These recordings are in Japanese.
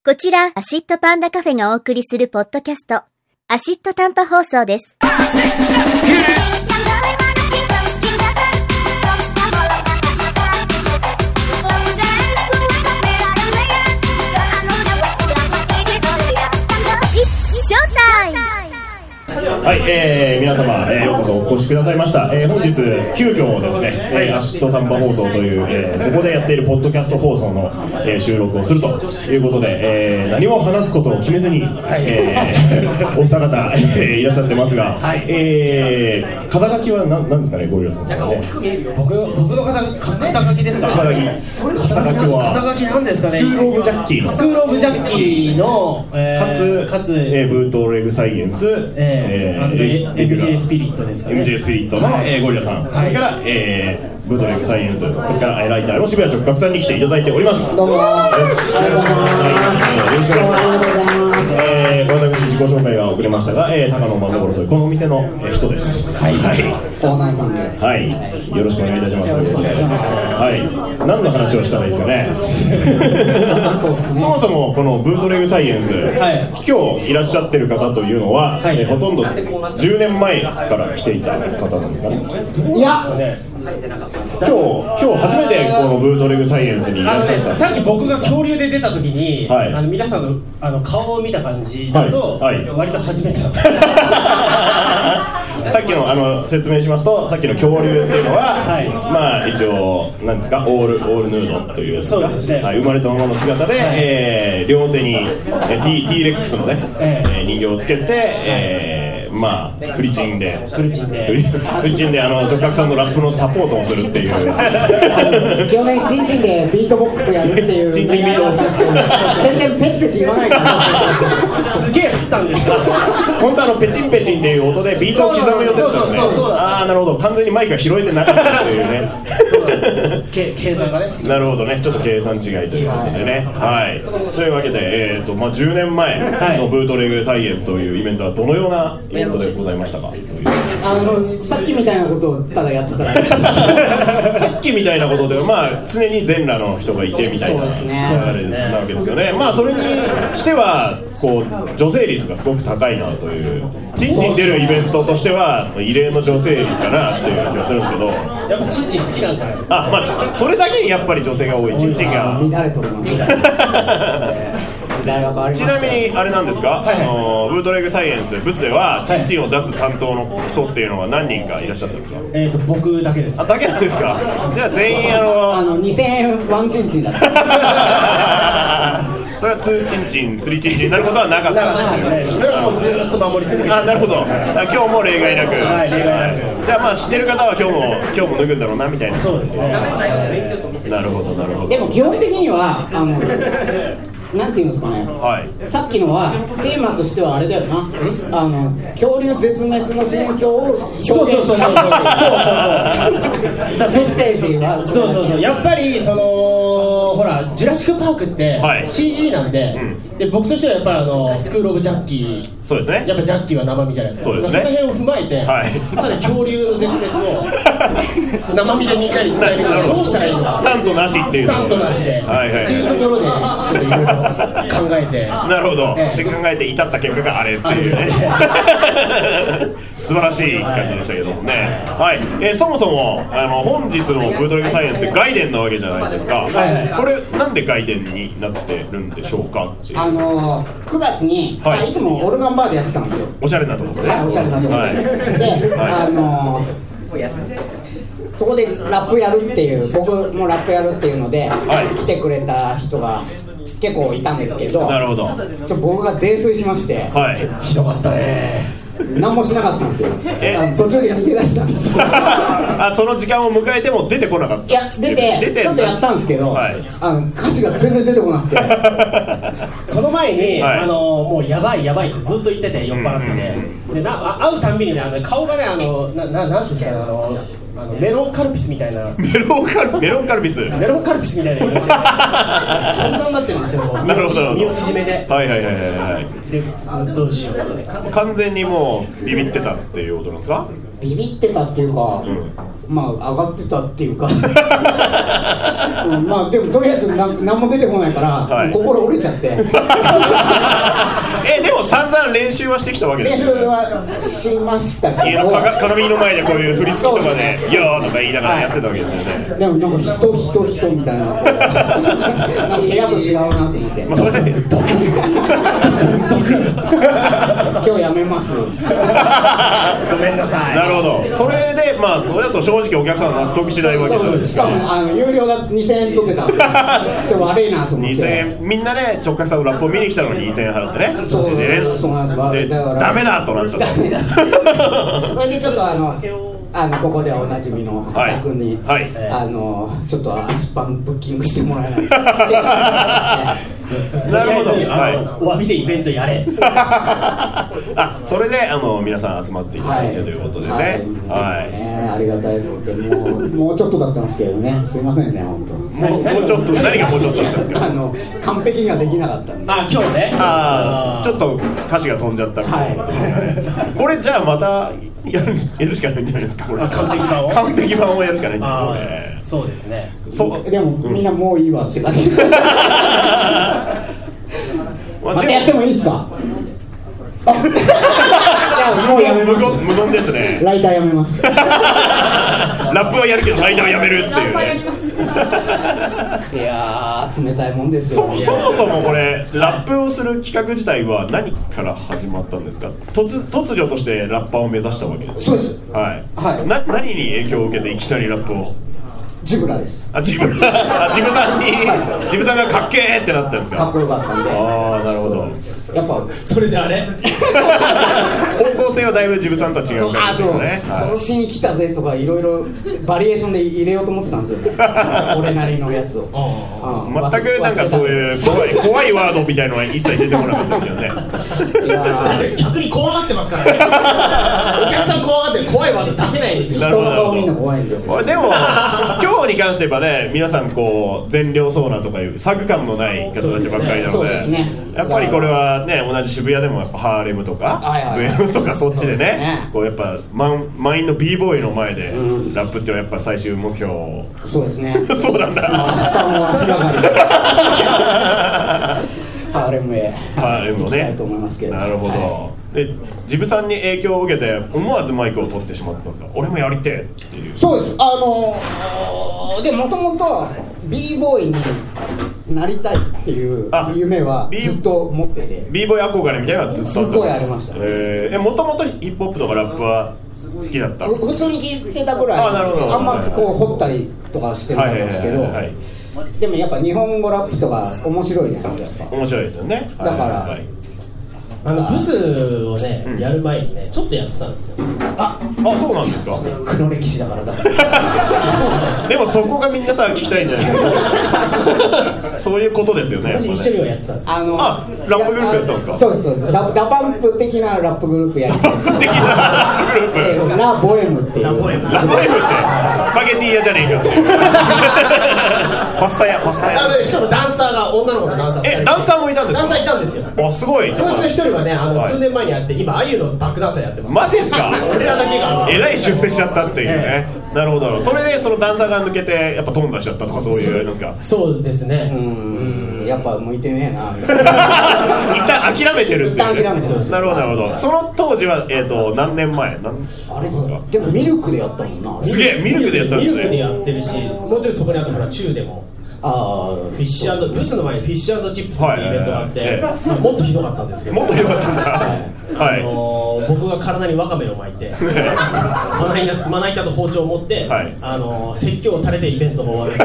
こちらアシッドパンダカフェがお送りするポッドキャスト、アシッド短波放送です。 はい、皆様、ようこそお越しくださいました。本日急遽ですね、アシッド短波放送という、ここでやっているポッドキャスト放送の、収録をするということで、何も話すことを決めずに、お二方、いらっしゃってますが、肩書きは何ですかね、ゴリラさん。 僕の肩書きですか。 肩書きは肩書きなんですかね。 スクールオブジャッキーのスクールオブジャッキーの、 かつ、ブートレグサイエンス、 MJ スピリットですかね。 MJ スピリットの、ゴリラさん、それから、ブートレグサイエンス、それからライターの渋谷直角さんに来ていただいております。 どうもありがとうございます。 よろしくお願いします。私自己紹介が遅れましたが、高野万所というこのお店の人です。 はい、オーナーさんで、 はい、よろしくお願いいたします。はい、何の話をしたらいいですかね。 そうですね。 そもそもこのブートレグサイエンス、今日いらっしゃってる方というのは、ほとんど10年前から来ていた方なんですかね。 いや、 今日初めてこのブートレグサイエンスにいらっしゃった。 さっき僕が恐竜で出た時に、皆さんの顔を見た感じだと、割と初めてなんです。 さっきの説明しますと、さっきの恐竜っていうのは、まあ一応何ですか、オールヌードという、 そうですね、 生まれたままの姿で、両手に T レックスのね、人形をつけて、まあフリチンで直角さんのラップのサポートをするっていう。 基本的にチンチンでビートボックスやるっていう。 チンチンビートボックスですけど、 全然ペチペチ言わないから。 すげえ振ったんですよ。 本当ペチンペチンっていう音でビートを刻むようになってたんですね。ああ、なるほど、完全にマイクが拾えてなかったっていうね。 計算がね。 なるほどね、ちょっと計算違いということでね。はい。そういうわけで、10年前のブートレグサイエンスというイベントはどのようなイベントでございましたか。 さっきみたいなことをただやってたら。 さっきみたいなことで、まあ常に全裸の人がいてみたいな流れなわけですよね。まあそれにしてはこう女性率がすごく高いなという、チンチン出るイベントとしては異例の女性率かなっていう気がするんですけど。 やっぱチンチン好きなんじゃないですか。 まあそれだけにやっぱり女性が多い。チンチンが乱れとるな。 ちなみにあれなんですか、ブートレグサイエンスブスではチンチンを出す担当の人っていうのは何人かいらっしゃったんですか。 僕だけです。 だけなんですか。じゃあ全員 2000円ワンチンチンだった。 それは2チンチン3チンチンになることはなかったんですね。それはもうずっと守り続けて。 なるほど。今日も例外なく。じゃあまあ知ってる方は今日も脱ぐんだろうなみたいな。 そうですね。 なるほどなるほど。 でも基本的にはなんていうんですかね、さっきのはテーマとしてはあれだよな、恐竜絶滅の真相を表現したメッセージはそうやっぱりほらジュラシック・パークって CG なんで、で僕としてはやっぱりスクール・オブ・ジャッキー、 そうですね、 やっぱジャッキーは生身じゃないですか。 そうですね、 その辺を踏まえて、さらに恐竜の絶滅を生身でみんなに伝えるにはどうしたらいいのか、 スタントなしっていう、 スタントなしで、っていうところでちょっといろいろ考えて、 なるほど、で考えて至った結果があれっていうね。素晴らしい感じでしたけどもね。はい、そもそも本日のブートレグサイエンスって外伝なわけじゃないですか。これなんで外伝になってるんでしょうか。 9月に、いつもオルガンバーでやってたんですよ。 おしゃれなところね。 おしゃれなところで、そこでラップやるっていう、僕もラップやるっていうので、来てくれた人が結構いたんですけど、 なるほど、 僕が泥酔しまして、 ひどかったね。 何もしなかったんですよ。途中で逃げ出したんですよ。 その時間を迎えても出てこなかった。 いや出てちょっとやったんですけど、歌詞が全然出てこなくて。 その前に、もうやばいってずっと言ってて、酔っ払ってて、で会うたんびにね、顔がね、なんていうんですか、メロンカルピスみたいな。 メロンカルピスみたいな色してこんなになってるんですよ。 なるほど、 身を縮めて。 で、 どうしよう。 完全にもうビビってたっていうことなんですか。 ビビってたっていうか、まあ上がってたっていうかまあでもとりあえず何も出てこないから、はい、心折れちゃってでも散々練習はしてきたわけですよね。 練習はしましたけど、 鏡の前でこういう振り付けとかで「よー」とか言いながらやってたわけですよね。 でもなんか人みたいななんか部屋と違うなと思って、 まあ、それで今日やめますごめんなさい。 なるほど。それでまあそれだと正直お客さん納得しないわけじゃないですか。 しかも有料だ2000円取ってたんでちょっと悪いなと思って。 2000円みんなね直角さんのラップを見に来たのに2000円払ってね。 そうなんです。 でダメだとなっちゃった。 それでちょっとここではおなじみの高田君に、 はいちょっと足パンブッキングしてもらえないなるほど、 お詫びでイベントやれそれで皆さん集まっていただいてということでね、 ありがたいことでもうちょっとだったんですけどね、すいませんね本当。 もうちょっと何がもうちょっとだったんですか。 完璧にはできなかったんで。 今日ねちょっと歌詞が飛んじゃったみたいな、これじゃあまたやるしかないんじゃないですか。これ完璧版をやるしかないんじゃないですか。 そうですね。 でもみんなもういいわって感じまたやってもいいですか。もうやめます。 無言ですね。 ライターやめますラップはやるけどライターはやめるっていうね。 いやー冷たいもんですよ。 そもそもこれラップをする企画自体は何から始まったんですか。突如としてラッパーを目指したわけです。 そうです。 何に影響を受けていきなりラップを。 ジブラです。 ジブさんがかっけーってなったんですか。 かっこよかったんで。 なるほど。 やっぱそれであれ方向性はだいぶジブさんとは違う感じですよね。 このシーン来たぜとかいろいろバリエーションで入れようと思ってたんですよね俺なりのやつを。 全くなんかそういう怖いワードみたいのは一切出てこなかったですよね。 いや逆に怖がってますからねお客さん怖がって怖いワード出せないんですよ。 人の顔見るの怖いんですよ。 でも今日に関して言えばね、皆さんこう善良そうなとかいうサグ感のない方たちばっかりなので、やっぱりこれはね、同じ渋谷でもやっぱハーレムとかブエノスとかそっちでね、こうやっぱ満員の b ボーイの前でラップっていうのはやっぱ最終目標。 そうですね。 そうなんだ。 足かも足がかりハーレムへ行きたいと思いますけど。 なるほど。でジブさんに影響を受けて思わずマイクを取ってしまったんですが、俺もやりてえっていう。 そうです。でもともと b ボーイになりたいっていう夢はずっと持ってて、 b ボーイ憧れみたいなのはずっとすごいありました。 もともとヒップホップとかラップは好きだった。 普通に聞いてたぐらい。あんまこう掘ったりとかしてなかったんですけど、でもやっぱ日本語ラップとか面白いじゃないですか。やっぱ面白いですよね。 だからブスをね、やる前にね、ちょっとやってたんですよ。 そうなんですか。 黒歴史だからでもそこがみんなさ聞きたいんじゃないですか。そういうことですよね。 私一緒にはやってたんです。 ラップグループやったんですか。 そうですそうです。ダパンプ的なラップグループやりたい。 的なラップグループ。 ラボエムっていう。 ラボエムってスパゲティ屋じゃねえかって。パスタ屋。 しかもダンサーが女の子のダンサー。 ダンサーもいたんですか。 ダンサーいたんですよ。 すごい。 そのうちの一人はね、数年前にあって今あゆのバックダンサーやってます。 マジですか。 俺らだけがえらい出世しちゃったっていうね。なるほど。それでそのダンサーが抜けてやっぱ頓挫しちゃったとかそういうのですか。 そうですね。 やっぱ向いてねえな。 一旦諦めてるっていう。 諦めてる。 なるほど。その当時は何年前？ あれでもミルクでやったもんな。 すげえミルクでやったんですね。 ミルクでやってるし、もうちょいそこにあとほらチューでも。フィッシュ&ブスの前にフィッシュ&チップスっていうイベントがあって、もっとひどかったんですけど、 もっとひどかったんだ。 僕が体にワカメを巻いてまな板と包丁を持って、説教を垂れてイベントが終わる。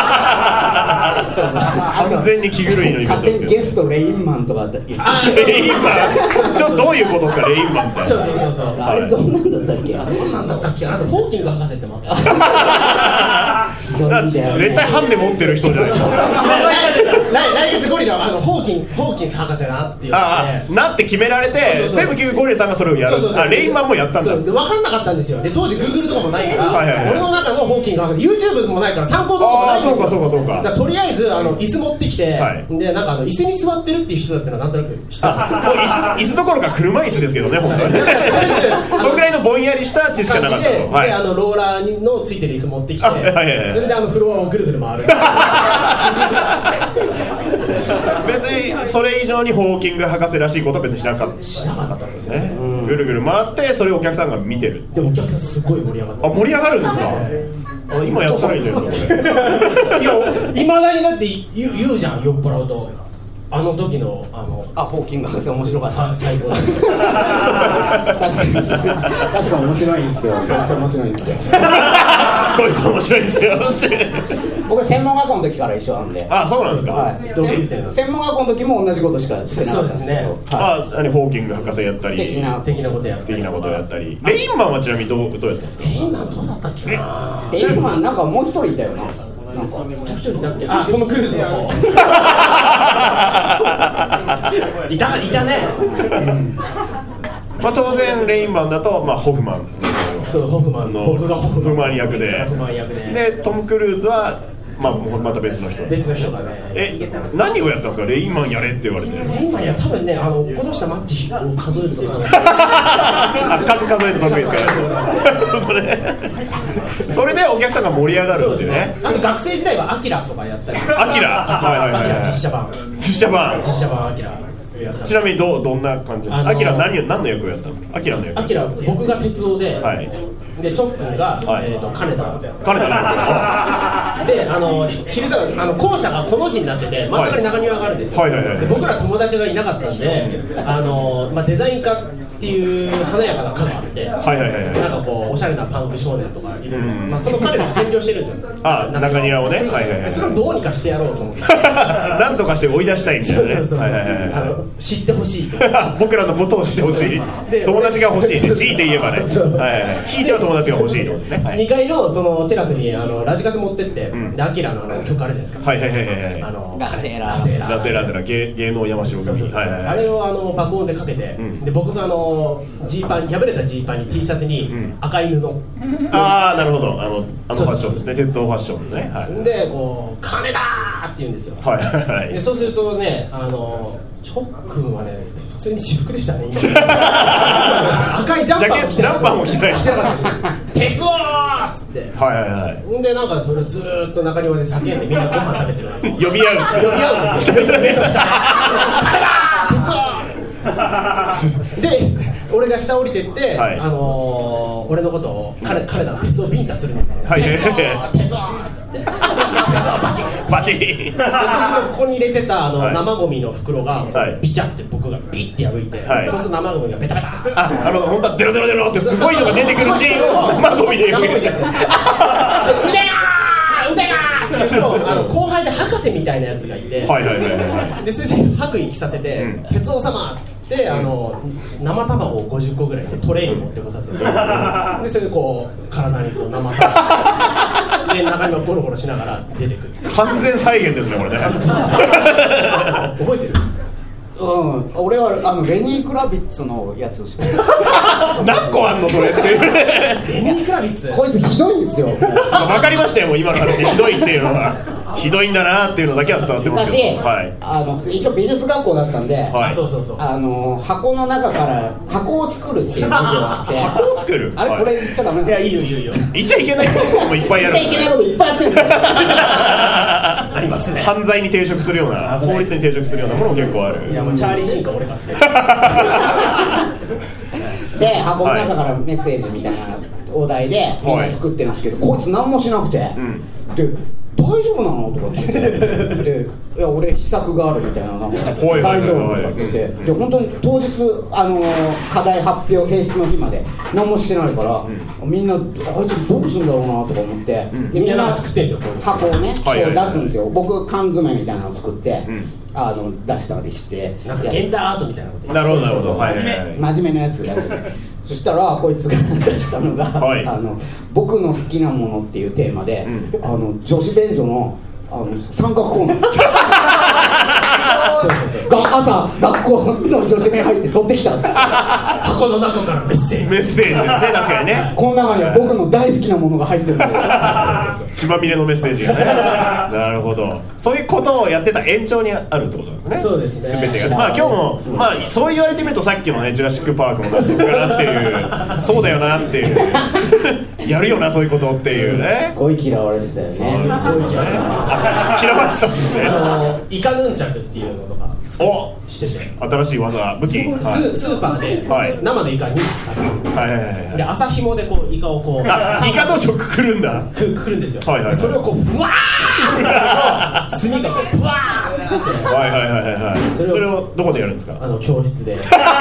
完全に気狂いのイベントですよ。 ゲストレインマンとかあったっけ。 レインマン。ちょっとどういうことですかレインマンって。 そうあれどんなんだったっけ。 あとホーキング博士って待って絶対ハンデ持ってる人じゃないですか。 来月ゴリラはホーキンス博士なって言ってなって決められて、全部結局ゴリラさんがそれをやる。レインマンもやったんだ。 分かんなかったんですよ。で当時 Google とかもないから、俺の中のホーキング博士 YouTube もないから参考動画もないんですよ。 そうか。 とりあえず椅子持ってきて、でなんか椅子に座ってるっていう人だったらなんとなく知ったんですよ。椅子どころか車椅子ですけどね、本当に。そのぐらいのぼんやりした知識がなかったの。 でローラーのついてる椅子持ってきて、それでフロアをぐるぐる回る。 別にそれ以上にホーキング博士らしいことは別にしなかったんですね。ぐるぐる回ってそれをお客さんが見てる。 でもお客さんすごい盛り上がって。 盛り上がるんですか。今やったらいいんじゃないですか。 いや、いまだにだって言うじゃん、酔っ払うと。あの時のホーキング博士面白かった。 最高だ。 確かに面白いんですよ。こいつ面白いんですよ。 こいつ面白いんですよって。 僕専門学校の時から一緒なんで。 そうなんですか。 専門学校の時も同じことしかしてなかったんですけど。 ホーキング博士やったり的なことやったり。レインマンはちなみにどうやったんですか。 レインマンどうだったっけな。 レインマンなんかもう一人いたよな。なんか一人だっけ。トム・クルーズの方。いたね。 当然レインマンだとホフマン。 そう、ホフマンの僕がホフマン役で。 でトム・クルーズはまた別の人だね。何をやったんですか。レインマンやれって言われて。 レインマン多分ね、落っことしたマッチを数えるとか。 数える得意ですから。それでお客さんが盛り上がるんですよね。 あと学生時代はアキラとかやったり。 アキラ実写版アキラ。 ちなみにどんな感じ。アキラ何の役をやったんですか。アキラの役。 アキラ僕が鉄夫で。でチョップが金田で昼さ校舎がこの字になってて真ん中に中庭があるんですよ。で僕ら友達がいなかったんでデザイン科っていう華やかな科があってなんかこうおしゃれなパンク少年とかいるんですよ。その彼らが占領してるんですよ。 中庭をね。 それをどうにかしてやろうと思ってなんとかして追い出したいみたいなね。 知ってほしい僕らのことを知ってほしい。友達が欲しいね。強いて言えばね。聞いては友達が欲しいってことですね。 2階のそのテラスにラジカセ持ってってでアキラの曲あるじゃないですか。 ラセーラ芸能山椒組。 あれを爆音でかけてで僕がジーパン破れたジーパンに T シャツに赤い布。 なるほど。ファッションですね。鉄道ファッションですね。 でこう金だーって言うんですよ。でそうするとねチョッ君はね普通に私服でしたね。赤いジャンパーも着てなかったんですよ。鉄をーっつって。でなんかそれをずーっと中庭で叫んでみんなご飯食べてる。 呼び合うんですよ。 金だー鉄をで俺が下降りてって、俺のことを彼らの鉄をビンタするんですよ。鉄をっつって鉄をバチンでそうするとここに入れてた生ゴミの袋がビチャって僕がビッて破いて、そうすると生ゴミがペタペタ本当はデロデロデロってすごいのが出てくるシーンを生ゴミで破いて腕が後輩で博士みたいなやつがいてでそれで白衣着させて鉄王様で生卵を50個ぐらいでトレイに持ってこさせてでそれでこう体にこう生卵で中身をゴロゴロしながら出てくる。 完全再現ですねこれね。 覚えてる？ 俺はレニー・クラビッツのやつしか何個あんのそれってレニー・クラビッツこいつひどいんですよ。 分かりましたよもう今の話ひどいっていうのはひどいんだなっていうのだけは伝わってますけど一応美術学校だったんで、箱の中から箱を作るっていう授業があって箱を作るこれ言っちゃダメなの。 いやいいよ言っちゃいけないこともいっぱいやる。 言っちゃいけないこといっぱいやってるんですよ。 ありますね。 犯罪に抵触するような法律に抵触するようなものも結構ある。 いやもうチャーリーシーンか俺かってで箱の中からメッセージみたいなお題でみんな作ってるんですけど、こいつ何もしなくて、で大丈夫なのとか聞いてでいや俺秘策があるみたいな大丈夫とか言ってで本当に当日課題発表提出の日まで何もしてないから、みんなあいつどうするんだろうなとか思って、 みんな作ってんですよ箱をね出すんですよ。僕缶詰みたいなのを作って出したりしてなんか現代アートみたいなこと。 なるほど真面目なやつそしたらこいつが出したのが僕の好きなものっていうテーマで女子便所の三角コーナー朝学校の女子面入って取ってきたんです箱の中からメッセージですね、確かにね。 この中には僕の大好きなものが入ってるんです血まみれのメッセージがねなるほど、そういうことをやってた延長にあるってことなんですね。 そうですね、 全てが、まあ今日も、まあそう言われてみるとさっきのねジュラシックパークもなんですかなっていうそうだよなっていうやるよなそういうことっていうね。 すごい嫌われてたよね。 嫌われてたんですね。 イカヌンチャクっていうのとかしてて、 新しい技武器、 スーパーで生でイカにで麻紐でこうイカをこうイカ同士をくくるんだ、 くくるんですよ。それをこうブワーッ炭がこうブワーッってそれをどこでやるんですか？ 教室で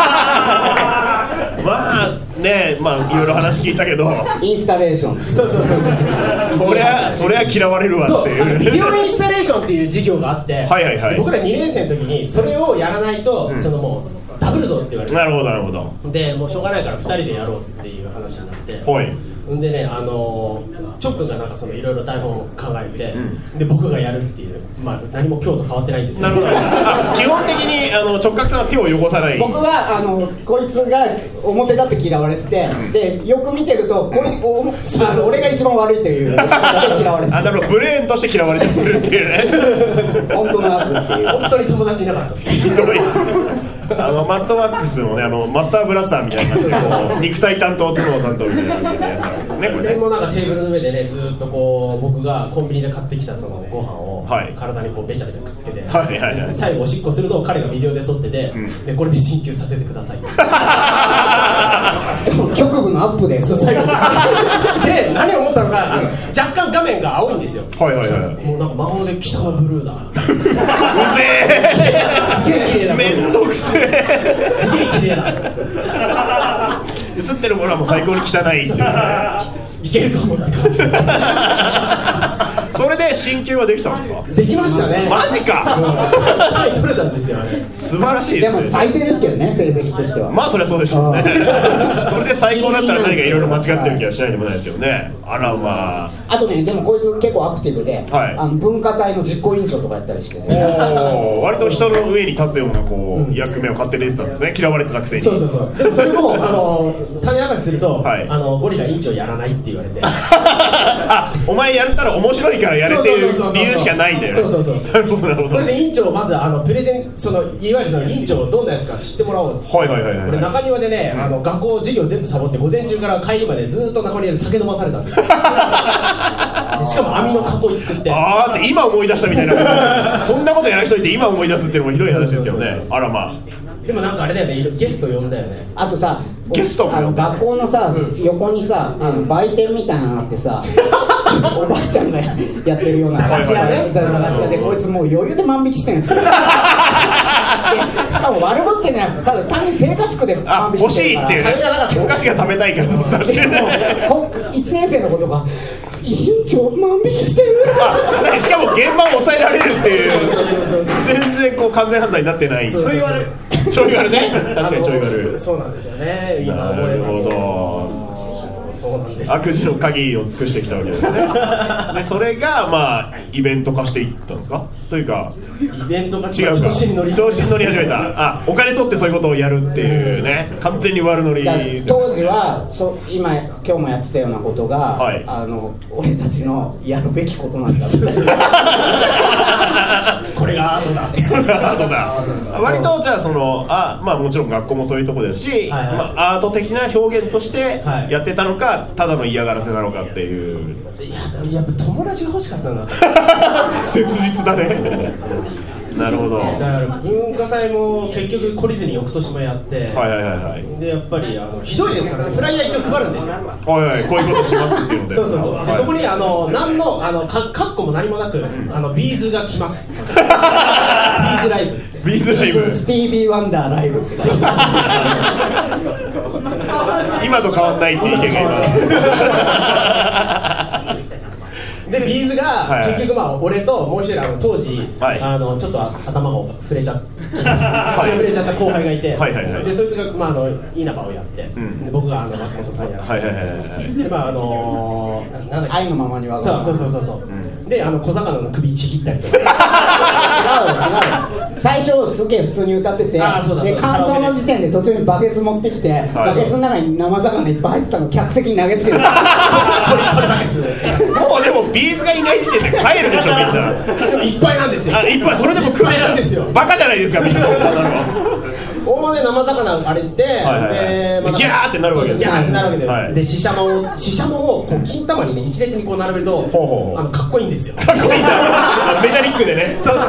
まあね、まあいろいろ話聞いたけどインスタレーション、 そうそりゃ嫌われるわっていうビデオインスタレーションっていう授業があって僕ら2年生の時にそれをやらないとそのもうダブルぞって言われて、 なるほどでもうしょうがないから2人でやろうっていう話になって、んでね、チョックがなんかそのいろいろ台本を考えて、で僕がやるっていう、まあ何も今日と変わってないんですけど。 なるほど。基本的に直角さんは手を汚さない。 僕はこいつが表立って嫌われてて、でよく見てると俺が一番悪いっていう嫌われてて。 なるほど、ブレーンとして嫌われてるっていうね。 本当のやつっていう。 本当に友達いなかった。 マッドマックスもね、マスターブラスターみたいな感じで肉体担当、頭脳担当みたいな感じでやったんですね。これもなんかテーブルの上でね、ずっとこう僕がコンビニで買ってきたそのご飯を体にこうべちゃべちゃくっつけて、最後おしっこすると彼がビデオで撮ってて、でこれで進級させてくださいしかも局部のアップで最後で何を思ったのか、若干画面が青いんですよ。もうなんか魔法で北のブルーだすげえ綺麗だ、 めんどくせえ、 すげえ綺麗だ映ってるものはもう最高に汚いいけるかもって感じそれで進級はできたんですか？ できましたね。 マジか。 はい、取れたんですよね。 素晴らしいですね。 でも最低ですけどね、成績としては。 まあそれはそうでしょうね。それで最高だったら何かいろいろ間違ってる気はしないでもないですけどね。あらまあ。 あとね、でもこいつ結構アクティブで、文化祭の実行委員長とかやったりしてね。 割と人の上に立つようなこう役目を勝手に出てたんですね。嫌われてたくせに。 そうでもそれも種明かしするとゴリラ委員長やらないって言われて。 お前やったら面白いからやれっていう理由しかないんだよね。 なるほど。それで委員長をまずプレゼン、いわゆるその委員長どんなやつか知ってもらおうっつって、俺中庭でね、学校授業全部サボって午前中から帰りまでずっと中庭で酒飲まされたんですよ。しかも網の囲い作って、 って今思い出したみたいなそんなことやらしといて今思い出すっていうのもひどい話ですけどね。あらまあ。 でもなんかあれだよね、ゲスト呼んだよね。 あとさ、 ゲスト学校のさ、横にさ、売店みたいなのあってさおばあちゃんがやってるような駄菓子屋ね、 駄菓子屋で、こいつもう余裕で万引きしてるんですよでしかも悪ぶってね、ただ単に生活苦で万引きしてるから、 欲しいっていうね、お菓子が食べたいからだったっていうね。 1年生の子とか委員長万引きしてるしかも現場を抑えられるっていう全然こう完全犯罪になってない。 ちょい悪ちょい悪ね、確かにちょい悪。 そうなんですよね。今なるほど。悪事の限りを尽くしてきたわけですね。でそれがまあイベント化していったんですか？というかイベント化、 違うか、調子に乗り始めた。お金取ってそういうことをやるっていうね、完全に悪乗り。 当時は今日もやってたようなことが、俺たちのやるべきことなんだみたいなこれがアートだ割とじゃあまあもちろん学校もそういうところですし、アート的な表現としてやってたのか、ただの嫌がらせなのかっていう。 いや、やっぱ友達が欲しかったな切実だねなるほど。 だから文化祭も結局懲りずに翌年もやって、でやっぱりひどいですからね、フライヤー一応配るんですよ。 こういうことしますっていうので、 そうでそこに何のカッコも何もなくビーズが来ますビーズライブスティービー・ワンダーライブって今と変わんないっていう意見がでビーズが結局俺ともう一人当時ちょっと頭が触れちゃった後輩がいて、でそいつが稲葉をやって、僕が松本さんやらせて、で愛のままにわがまま、 そうで小魚の首ちぎったりとか最初すげえ普通に歌ってて、で感想の時点で途中にバケツ持ってきて、バケツの中に生魚いっぱい入ってたのを客席に投げつける。もうでもビーズがいない時点で帰るでしょみんな。 でもいっぱいなんですよ。 いっぱい、それでもいっぱいなんですよ。 バカじゃないですかみんな。 大物で生魚あれして、でギャーってなるわけです。 ギャーってなるわけで、でシシャモをこう金玉にね一列にこう並べるとかっこいいんですよ。 かっこいいんだ。メタリックでね。 そうで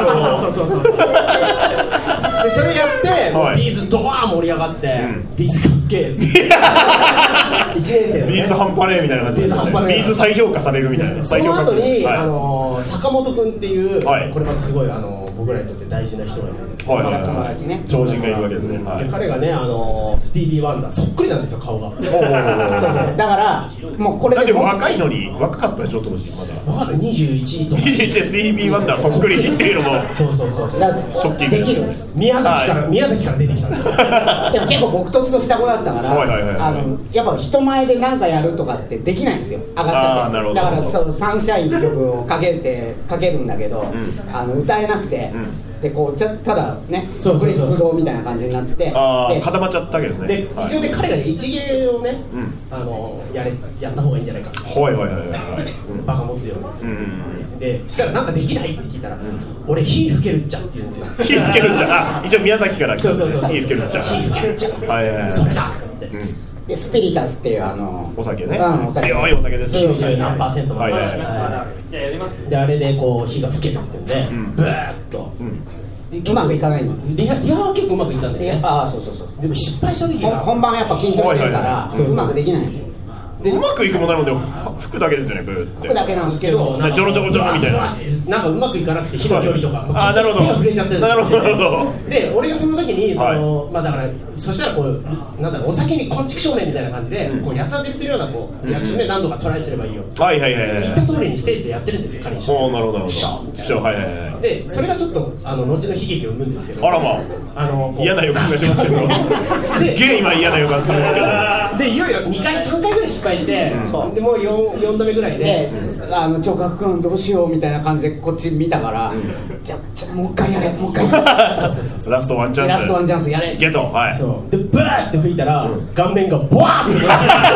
それやってビーズドワー盛り上がって、ビーズかっけえ。1年生ビーズ半端ねえみたいな感じで、ビーズ再評価されるみたいな。 その後に坂本君っていうこれまたすごい僕らにとって大事な人がいるんですけど、 友達ね、 超人がいるわけですね。 彼がねスティービー・ワンダーそっくりなんですよ顔が。 だからもうこれでも若いのに若かったでしょ当時。まだ若かった21とか。 21でスティービー・ワンダーそっくりっていうのもそうショッキングできるんです。 宮崎から出てきたんです。 でも結構僕突とした子だったからやっぱ人前で何かやるとかってできないんですよ、上がっちゃって。だからサンシャインって曲をかけるんだけど歌えなくて、でこうただねクリスプロみたいな感じになって固まっちゃったわけですね。 で一応ね彼が一芸をねやった方がいいんじゃないかと。バカ持つように。でしたらなんかできないって聞いたら、俺火吹けるっちゃって言うんですよ。 火吹けるっちゃ。一応宮崎からそう火吹けるっちゃ。 それだっつって。 でスピリタスっていうお酒ね、強いお酒です。 90何%まで。であれでこう火が吹けるって言うんで、ブーッとうまくいかないの。 リハは結構うまくいったんだよね。 そうでも失敗した時が本番やっぱ緊張してるからうまくできないんですよ。 うまくいくもないもんでも吹くだけですよね。 吹くだけなんですけど、 ジョロジョロジョロみたいな。 なんかうまくいかなくて火の距離とかなるほど、 手が触れちゃってるんですよ。 なるほど。 で俺がその時にだからそしたらこうなんだろう、お酒にこんちく少年みたいな感じでこう八つ当てするようなこうリアクションで何度かトライすればいいよ。言った通りにステージでやってるんですよ彼一緒に。 なるほど。 でそれがちょっと後の悲劇を生むんですけど。 あらまあ。嫌な予感がしますけど。すっげえ今嫌な予感するんですけど。 でいよいよ2回3回ぐらい失敗して、でもう 4度目ぐらいで聴覚君どうしようみたいな感じでこっち見たから、じゃあもう一回やれラストワンチャンスやれゲット。 でブーって吹いたら顔面がボワーって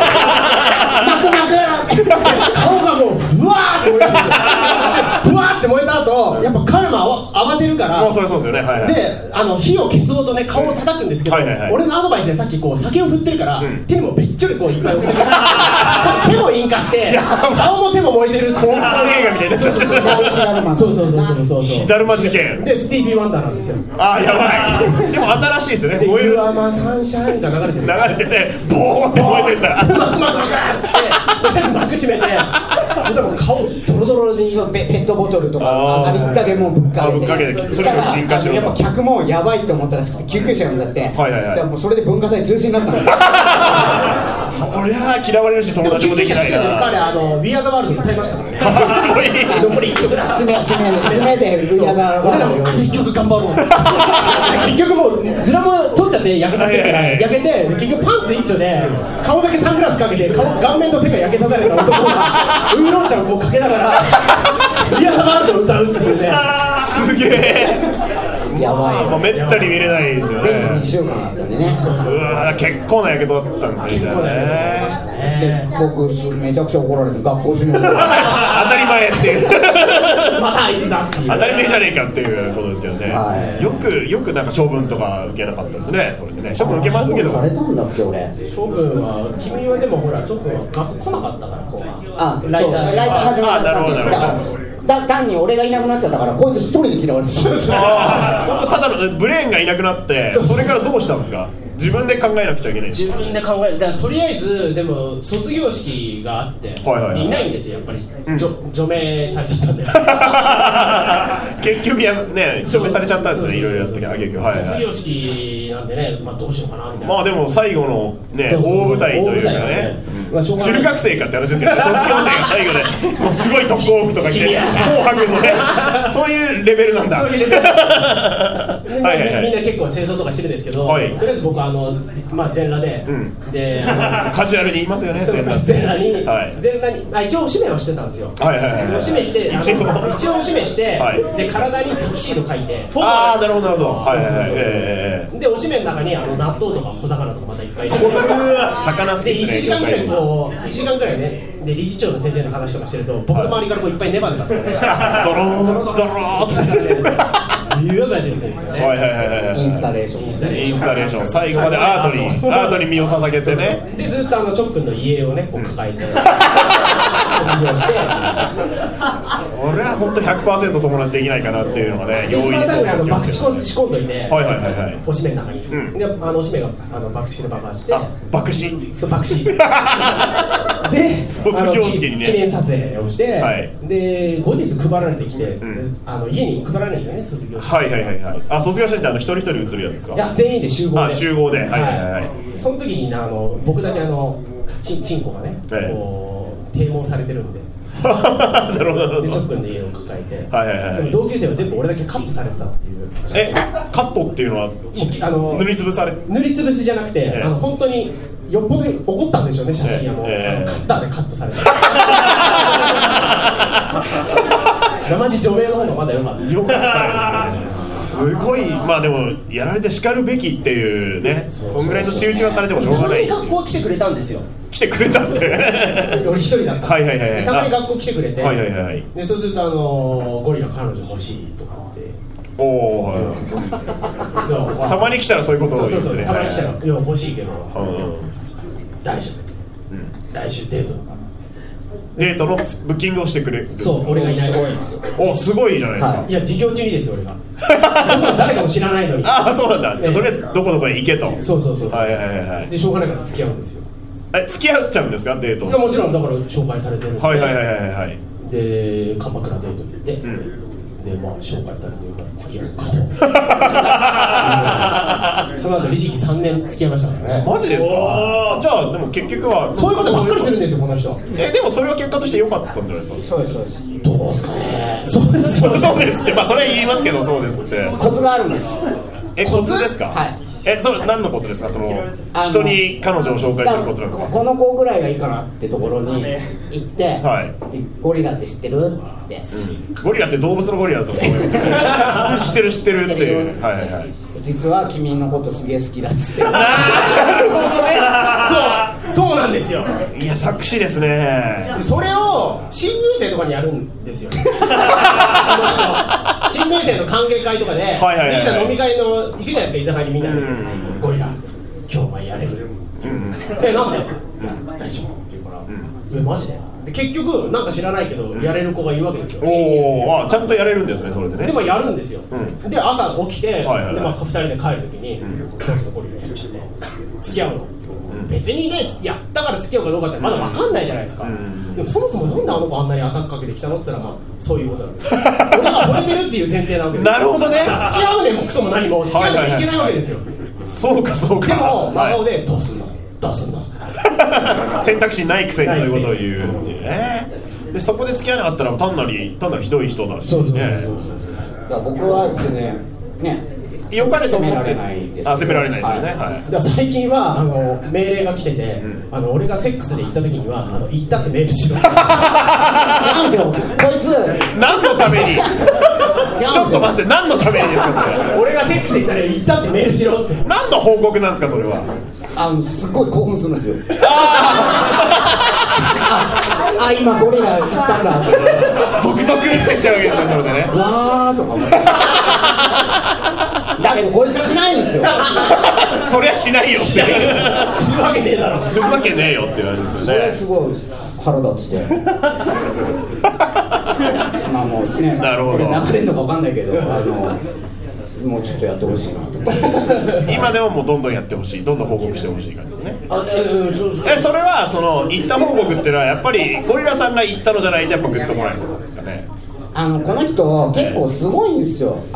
顔がもうブワーって燃えたんですよ。ブワーって燃えた後やっぱカルマは慌てるから、 そうですよね。 で火を消そうとね顔を叩くんですけど、俺のアドバイスでさっきこう酒を振ってるから手にもべっちょりこういっぱい押せて手も引火して顔も手も燃えてる。 本当に映画みたいになっちゃってる。 そう火だるま事件でスティービー・ワンダーなんですよ。 やばい。でも新しいですよね。 燃えるサンシャインが流れててボーって燃えてるさ。 マクってとりあえず幕閉めて顔ドロドロにペットボトルとかありったけもぶっかけて、そしたらやっぱ客もやばいと思ったらしくて救急車呼んだって、もうそれで文化祭中止になったんですよ。 そりゃ嫌われるし友達もできないな。 彼We Are the World 歌いましたからね。残り1曲だ。締めでWe Are the World 結局頑張ろう。結局もうズラも取っちゃって焼けて結局パンツ一丁で顔だけサングラスかけて顔面と手が焼けただれた男がウーロン茶をこうかけながらWe Are the World を歌うっていうね。 すげえ。 やばい。 めったに見れないですよね。 全治2週間だったんでね。 結構なやけどだったんですよね。 僕めちゃくちゃ怒られて学校中に当たり前っていうまたあいつだっていう当たり前じゃねえかっていうことですけどね。よくなんか処分とか受けなかったですね。それでね処分受けましたけど。 されたんだっけ俺。 処分は君はでもほらちょっと学校来なかったからこうライター始まったんで、だから単に俺がいなくなっちゃったからこいつ一人で嫌われてた。 本当ただのブレーンがいなくなってそれからどうしたんですか。自分で考えなくちゃいけない。 自分で考える。だからとりあえずでも卒業式があって、いないんですよやっぱり。除名されちゃったんで。 結局ね除名されちゃったんですね。いろいろやったけど卒業式なんでね、どうしようかなみたいな。 でも最後のね大舞台というかね。中学生かって話ですけど、卒業生が最後でもうすごい特攻服とか着て紅白のねそういうレベルなんだ。 そういうレベル。 みんな結構戦争とかしてるんですけど、とりあえず僕は全裸で、でカジュアルに言いますよね。 全裸に一応おしめはしてたんですよ。おしめして一応おしめして、で体にタキシード書いて、 ああなるほどなるほど。 でおしめの中に納豆とか小魚とかまたいっぱい入れて、 魚好きですね。 1時間ぐらい1時間ぐらいね、で理事長の先生の話とかしてると、僕の周りからいっぱいネバネバってドロードロドロって湯が出てくるんですよね。 インスタレーション最後までアートに身を捧げてね。 でずっとチョップンの家をねこう抱えて卒業して、 俺は本当 100% 友達できないかなっていうのがね、容易にそうですけど、 爆竹を仕込んどいて、おしめの中に、でおしめが爆竹で爆発して、 爆死で卒業式にね記念撮影をして、で後日配られてきて、家に配られるんですよね、卒業式。 卒業式って一人一人映るやつですか？ いや全員で集合で。その時に僕だけチンコがねこう啓蒙されてるんで。でチョップンで家を抱えて、でも同級生は全部俺だけカットされてたっていう。 カットっていうのは塗りつぶすじゃなくて、 本当によっぽど怒ったんでしょうね、写真屋も、カッターでカットされて生地除名の方がまだ良かったですすごい。まあでもやられて叱るべきっていうね、そんぐらいの仕打ちはされてもしょうがない。 たまに学校来てくれたんですよ。 来てくれたって俺一人だった。たまに学校来てくれて、 でそうするとゴリラ彼女欲しいとかってたまに来たらそういうことを言ってね。 たまに来たらいや欲しいけど大丈夫、来週デートのブッキングをしてくれる。 そう俺がいない方がいいんですよ。 すごいじゃないですか。 いや授業中にですよ俺が誰かも知らないのに。 そうなんだ。じゃあとりあえずどこどこへ行けと。 そうでしょうがないから付き合うんですよ。 付き合っちゃうんですか、デート？ いやもちろんだから紹介されてるんで、で鎌倉デートに行って、で紹介されてるから付き合うかとその後理事3年付き合いましたからね。 マジですか？じゃあでも結局はそういうことばっかりするんですよこの人。 でもそれは結果として良かったんじゃないですか？ そうですどうですかね。 そうですって、それ言いますけど、そうですってコツがあるんです。 コツですか？それ何のコツですか？人に彼女を紹介するコツなんですか？ この子ぐらいがいいかなってところに行って、ゴリラって知ってるって、 ゴリラって動物のゴリラだと思いますよね。知ってるっていう。 実は君のことすげえ好きだっつって。なるほどね。 そうなんですよ。 いや作詞ですね。 それを新入生とかにやるんですよ。新入生の歓迎会とかで、飲み会の行くじゃないですか、居酒屋にみんなで、ゴリラ今日お前やれる。なんで？大丈夫って言うから、マジで？結局なんか知らないけどやれる子がいるわけですよ。 ちゃんとやれるんですね、それでね。 でもやるんですよ。で朝起きて、で2人で帰るときに、どうするゴリラやっちゃって付き合うの？別にね、やったから付き合うかどうかってまだ分かんないじゃないですか。でもそもそもなんであの子あんなにアタックかけてきたのって言ったら、そういうことなんです。俺が惚れてるっていう前提なわけです。 なるほどね。 付き合うねもクソも何も付き合わなきゃいけないわけですよ。 そうか。 でも真顔でどうすんの選択肢ないくせにそういうことを言うっていうね。でそこで付き合わなかったら単なるひどい人だしね。 僕はね良かれと思って責められないです。 責められないですよね。 最近は命令が来てて、俺がセックスで行った時には行ったってメールしろ。違うんですよ。こいつ何のために？ちょっと待って、何のためにですかそれ？ 俺がセックスで行ったら行ったってメールしろって。 何の報告なんですかそれは？ すごい興奮するんですよ。今ゴリラ行ったんだってゾクゾクってしちゃうわけですよ、それでね。 わーとか思ってだけどこいつしないんですよ。 そりゃしないよって。するわけねえだろ。 するわけねえよって言われるんですよね。 それすごい腹立ってまあもうね、 なるほど。 流れるのか分かんないけどもうちょっとやってほしいなと思って。 今でももうどんどんやってほしい、どんどん報告してほしい感じですね。それは行った報告っていうのはやっぱりゴリラさんが行ったのじゃないとやっぱグッとこないんですかね。 この人結構すごいんですよ。モン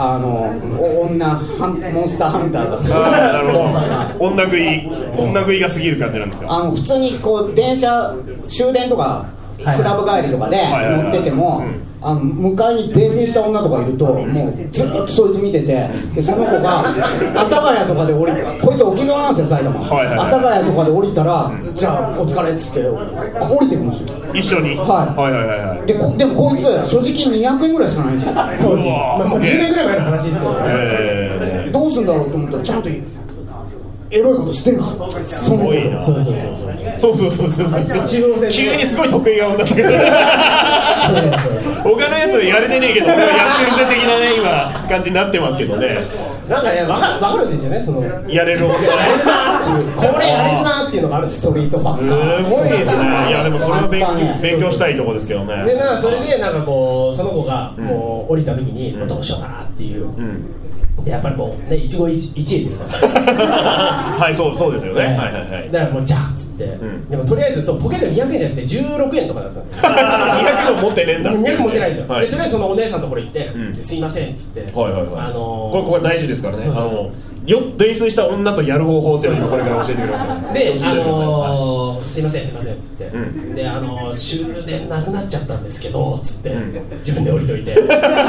スターハンターがすごい。 なるほど。女食いが過ぎる感じなんですか。 普通にこう電車終電とかクラブ帰りとかで乗ってても、向かいに泥酔した女とかいると、もうずっとそいつ見てて、でその子が阿佐ヶ谷とかでこいつ沖縄なんですよ、埼玉。阿佐ヶ谷とかで降りたら、じゃあお疲れっつって降りてくんですよ、 一緒に。 でもこいつ所持金200円ぐらいしかないんですよ、当時。 10年ぐらい前の話ですけどね。 どうすんだろうと思ったら、ちゃんとエロいことしてるんですよ。 すごいな。そう急にすごい得意顔になったけど他のやつやれてねえけど俺はやってるぜ的なね今感じになってますけどね。 なんかね、分かるんですよね、そのやれるなっていうこれやれるなっていうのがあるんです。ストリートばっかすごいですね。いやでもそれは勉強したいところですけどね。 でそれでなんかこうその子がこう降りた時にどうしようかなっていう、でやっぱりもうね、一期一会ですからはいそうですよね。 だからもうじゃあっつって、でもとりあえずそうポケット200円じゃなくて16円とかだったんで 200円持ってねえんだ。 200円持ってないんですよ。でとりあえずそのお姉さんのところ行ってすいませんっつって、これ大事ですからね。泥酔した女とやる方法っていうのをこれから教えてください。 ですいませんっつって、で終電なくなっちゃったんですけどつって自分で降りといて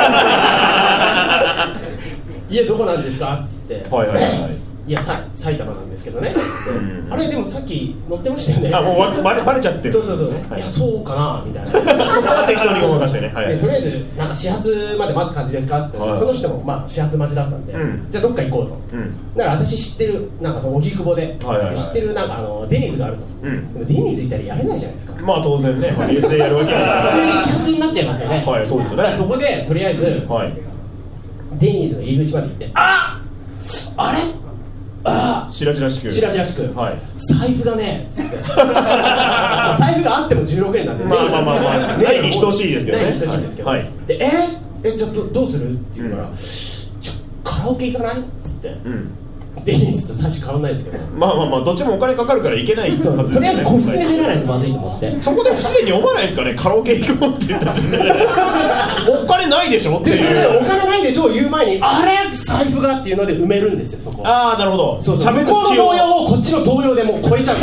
家どこなんですかっつって、いや埼玉なんですけどね、あれでもさっき乗ってましたよね。 もうバレちゃってる。 そういやそうかなみたいな。 そこは適当にごまかしてね。 とりあえずなんか始発まで待つ感じですかっつって、その人もまあ始発待ちだったんで、じゃあどっか行こうと。だから私知ってるなんかその荻窪で知ってるなんかデニーズがあると。でもデニーズ行ったらやれないじゃないですか。 まあ当然ね、優勢やるわけない。 普通に始発になっちゃいますよね。 そうですよね。 だからそこでとりあえずデニーズの入り口まで行って、あれしらしらしく、 財布がねって財布があっても16円なんで、 まあないに等しいですけどね。 ないに等しいんですけど、でじゃあどうするって言うからカラオケ行かないっつってデニーズと大して変わんないですけど、 まあどっちもお金かかるから行けないはずです。 とりあえず個室に入らないとまずいと思って、 そこで不自然に思わないですかね。カラオケ行こうって言ったらお金ないでしょっていう。 それでお金ないでしょ言う前にあれ財布がっていうので埋めるんですよ、そこ。 なるほど。 向こうの動揺をこっちの動揺でもう超えちゃう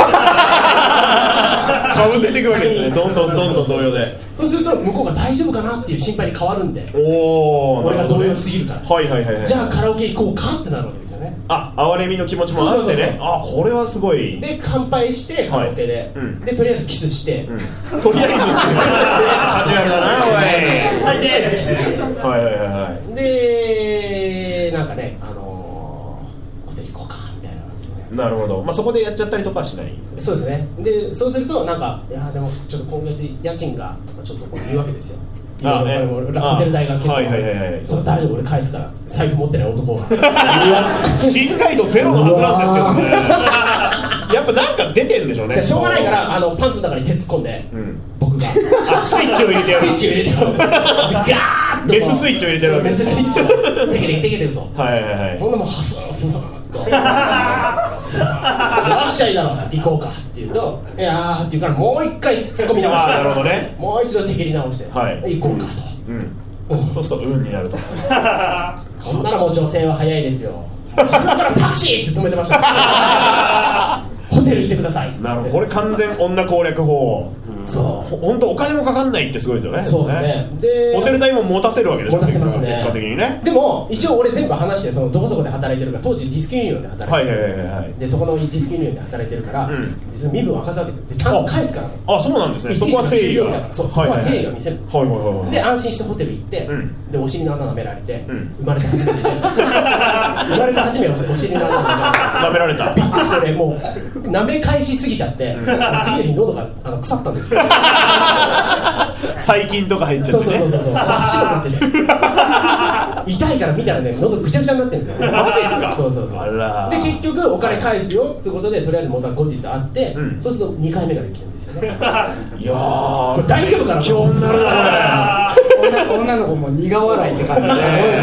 かぶせていくわけですね。どんどん動揺で。 そうすると向こうが大丈夫かなっていう心配に変わるんで、俺が動揺すぎるから、じゃあカラオケ行こうかってなるわけですよね。 哀れみの気持ちもあってね。これはすごい。で乾杯してカラオケで、でとりあえずキスして、 とりあえずってカジュアルだなおい。 最低キスして、でなんかねホテル行こうかみたいな。 なるほど。そこでやっちゃったりとかはしないんですね。 そうですね。でそうするとなんかいやでもちょっと今月家賃がとかちょっと言うわけですよ。ホテル代が結構、それ大丈夫俺返すから財布持ってない男が信頼度ゼロのはずなんですけどね。やっぱなんか出てるんでしょうね。 しょうがないからパンツの中に手突っ込んで、僕がスイッチを入れてやる。 スイッチを入れてやる。ガーッとメススイッチを入れてやる。 メススイッチをテケテケると。ほんでもうハフとよっしゃいいだろ行こうかって言うといやーって言うからもう一回突っ込み直して、 なるほどね。 もう一度テケり直して、行こうかと。 そうすると運になると。 こんならもう女性は早いですよ。自分からタクシーって止めてました。ホテル行ってください。 なるほど。これ完全女攻略法。本当お金もかかんないってすごいですよね。 そうですね。でホテル代も持たせるわけでしょ。 持たせますね。 結果的にね。 でも一応俺全部話してどこそこで働いてるか、当時ディスクユニオンで働いてる、でそこのディスクユニオンで働いてるから、身分を明かすわけでちゃんと返すから。 そうなんですね。そこは誠意が。 そこは誠意を見せる。で安心してホテル行って、でお尻の穴舐められて、生まれて初めてお尻の穴舐められた。 びっくりして俺もう舐め返しすぎちゃって次の日喉が腐ったんですよ。 細菌とか入っちゃってね。 そう真っ白になってて痛いから見たらね喉ぐちゃぐちゃになってるんですよ。 マジですか。 そうで結局お金返すよってことでとりあえずまた後日会って、そうすると2回目ができるんですよね。 いやーこれ大丈夫かな。 女の子も苦笑いって感じで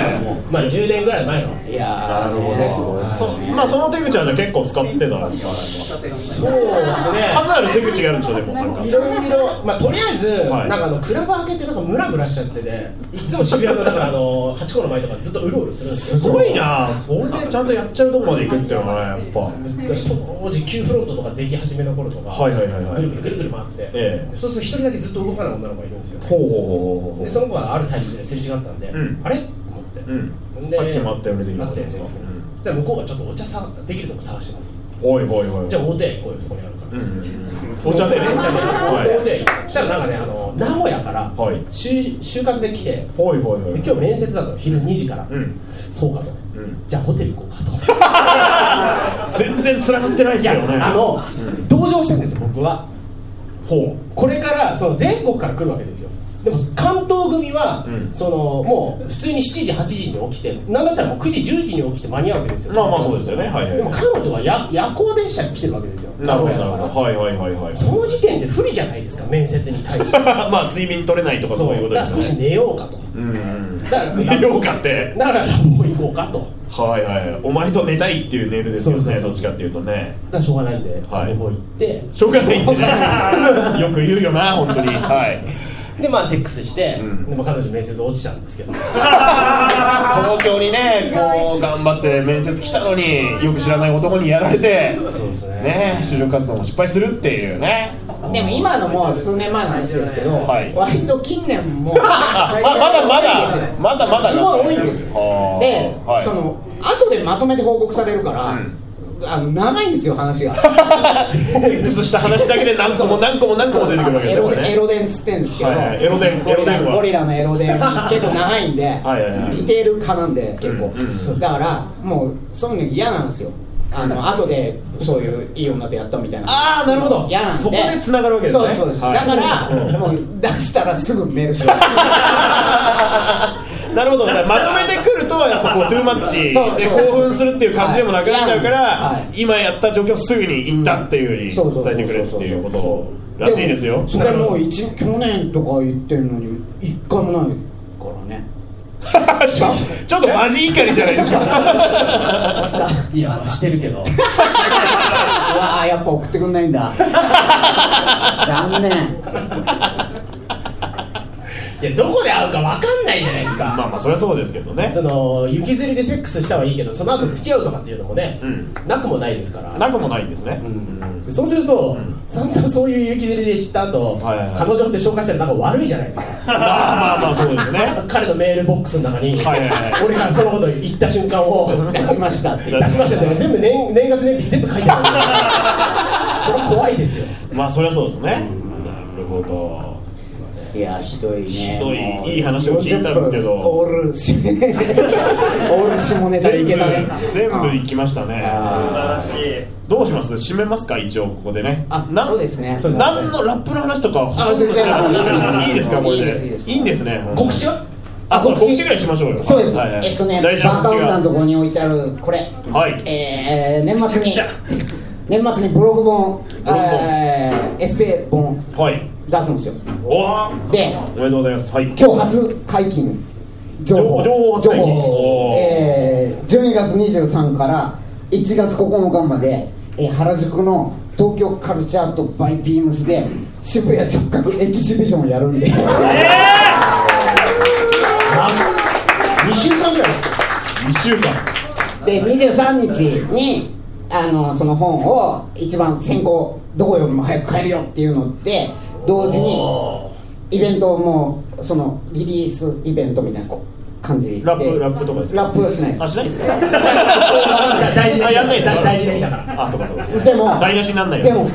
まあ10年ぐらい前の。 いやなるほど、まあその手口はじゃあ結構使ってたんですか？ そうですね、 数ある手口があるんでしょ。でもなんかいろいろ、まあとりあえず、なんかクラブ開けてなんかムラムラしちゃってて、いつも渋谷のだからハチ公の前とかずっとうろうろするんですよ。 すごいな、それでちゃんとやっちゃうとこまで行くっていうのはね、やっぱ当時旧フロントとかでき始めの頃とか、ぐるぐるぐる回ってて、そうすると一人だけずっと動かない女の子がいるんですよ。でその子があるタイミングですれ違ったんで、あれと思って、 さっきもあったよね、できるんですか。 じゃあ向こうがちょっとお茶できるとこ探してます。 おい、じゃあ大手行こうよ、そこにあるから。 お茶でね、 大手したらなんかね、名古屋から就活で来て、今日面接だと昼2時から、そうかと、じゃあホテル行こうかと。 全然繋がってないですよね。 同情してるんですよ、僕は。これからその全国から来るわけですよ。でも関東組は、もう普通に7時8時に起きて、なんだったらもう9時10時に起きて間に合うわけですよ。 まあそうですよね。 でも彼女は夜行電車に来てるわけですよ。 なるほど。 その時点で不利じゃないですか、面接に対して。 まあ睡眠取れないとかそういうことですね。 少し寝ようかと。 だから寝ようかって。 だからもう行こうかと。 お前と寝たいっていうネイルですよね。どっちかっていうとね。 だからしょうがないんで、向こう行って。 しょうがないんでね。よく言うよな、本当に。 でまあセックスして、でも彼女面接落ちちゃうんですけど。 東京にね、こう頑張って面接来たのによく知らない男にやられて、就職活動も失敗するっていうね。 でも今のもう数年前の話ですけど、割と近年もまだすごい多いんですよ。で、その後でまとめて報告されるから。長いんですよ、話が。 セックスした話だけで何個も出てくるわけですよね。 エロ伝っつってんですけど、ゴリラのエロ伝結構長いんで、ディテール化なんで結構。だからもうそういうの嫌なんですよ。後でそういういい女とやったみたいな。 ああ、なるほど。 嫌なんで。 そこで繋がるわけですね。 そうです。だからもう出したらすぐメールしろ。 なるほど、まとめてくるとやっぱこうトゥーマッチで興奮するっていう感じでもなくなっちゃうから、今やった状況をすぐに言ったっていう風に伝えてくれっていうことらしいですよ。 それもう去年とか言ってるのに一回もないからね。 ちょっとマジ怒りじゃないですか。 いやしてるけど。うわー、やっぱ送ってくんないんだ。残念。 いや、どこで会うか分かんないじゃないですか。 まあそれはそうですけどね。 その雪吊りでセックスしたはいいけど、その後付き合うとかっていうのもね、なくもないですから。 なくもないんですね。 そうすると、散々そういう雪吊りで知った後、彼女って紹介したらなんか悪いじゃないですか。 まあそうですね。 彼のメールボックスの中に、俺がそのこと言った瞬間を出しましたって全部年月年日全部書いてある。それは怖いですよ。 まあそれはそうですね。なるほど。 いや、ひどいね。 いい話を聞いたんですけど、 オール下ネタでいけたね。 全部行きましたね。どうします？締めますか、一応ここでね。 そうですね。 何のラップの話とか全然いいですか、これで。いいんですね。 告知は？ 告知ぐらいしましょうよ。 そうです。バーカウンターのところに置いてあるこれ。年末にブログ本、エッセイ本出すんですよ。で、 おめでとうございます。 今日初解禁情報。12月23から1月9日まで原宿の東京カルチャーとバイビームスで渋谷直角エキシビションをやるんで。2 週間ぐらい。 2週間。 で、23日にその本を一番先行どこよりも早く買えるよっていうので同時にイベントもそのリリースイベントみたいな感じでラップとかですか？ ラップはしないです。 しないですか？ 大事なやんないですか？ 大事な日だから。 そうか。 でも台無しになんないよ。 でも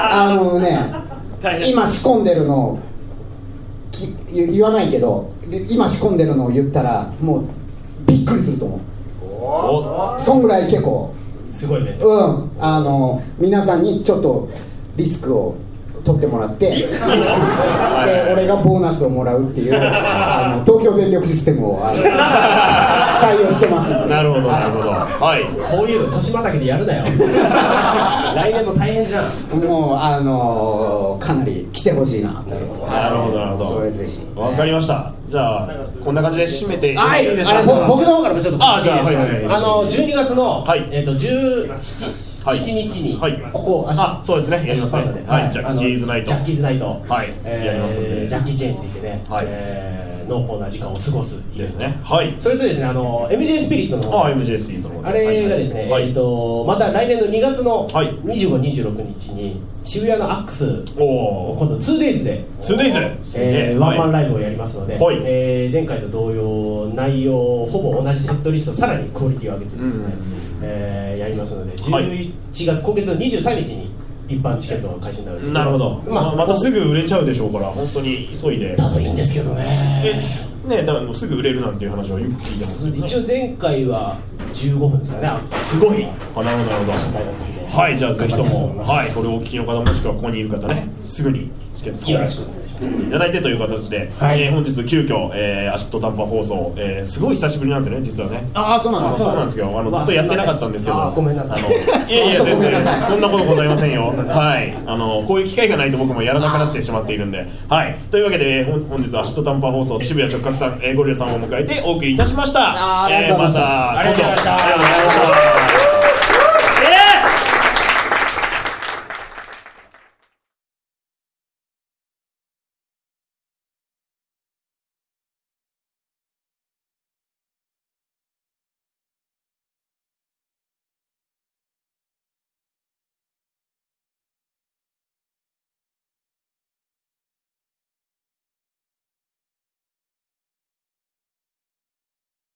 今仕込んでるのを言わないけど、今仕込んでるのを言ったらもうびっくりすると思う。そんぐらい結構すごいね。 皆さんにちょっとリスクを取ってもらってで俺がボーナスをもらうっていう東京電力システムを採用してますんで。 なるほどなるほど、はい、 そういうの年またぎでやるなよ来年も大変じゃん。 もうかなり来てほしいな。なるほどなるほどなるほど、 それぜひわかりました。じゃあこんな感じで締めていいでしょうか。 僕の方からもちょっとじゃあ 12月の17日にここそうですね、やりますね。ジャッキーズナイト、 やりますので、 ジャッキー・チェーンについてね濃厚な時間を過ごすですね。はい。 それとですね、MJ スピリットの方、 MJ スピリットの方、 あれがですね、また来年の2月の25、26日に渋谷のアックスを今度 2days でワンマンライブをやりますので、前回と同様内容ほぼ同じセットリスト、さらにクオリティを上げてですね、やりますので、11月今月の23日に一般チケットが開始になる。 なるほど。またすぐ売れちゃうでしょうから、本当に急いで。 多分いいんですけどね。 だからすぐ売れるなんていう話はよく聞いてますね。 一応前回は15分ですかね。 すごい。なるほどなるほど。はい、じゃあぜひともこれをお聞きの方もしくはここにいる方ね、すぐにチケットよろしくお願いします。 いただいてという形で、本日急遽アシット短波放送、すごい久しぶりなんですよね、実はね。 そうなんです。 そうなんですよ。ずっとやってなかったんですけど。 ごめんなさい。 いや全然そんなことございませんよ。はい。こういう機会がないと僕もやらなくなってしまっているんで、はい。というわけで本日アシット短波放送渋谷直角さん、ゴリラさんを迎えてお送りいたしました。 ありがとうございました。 ありがとうございました。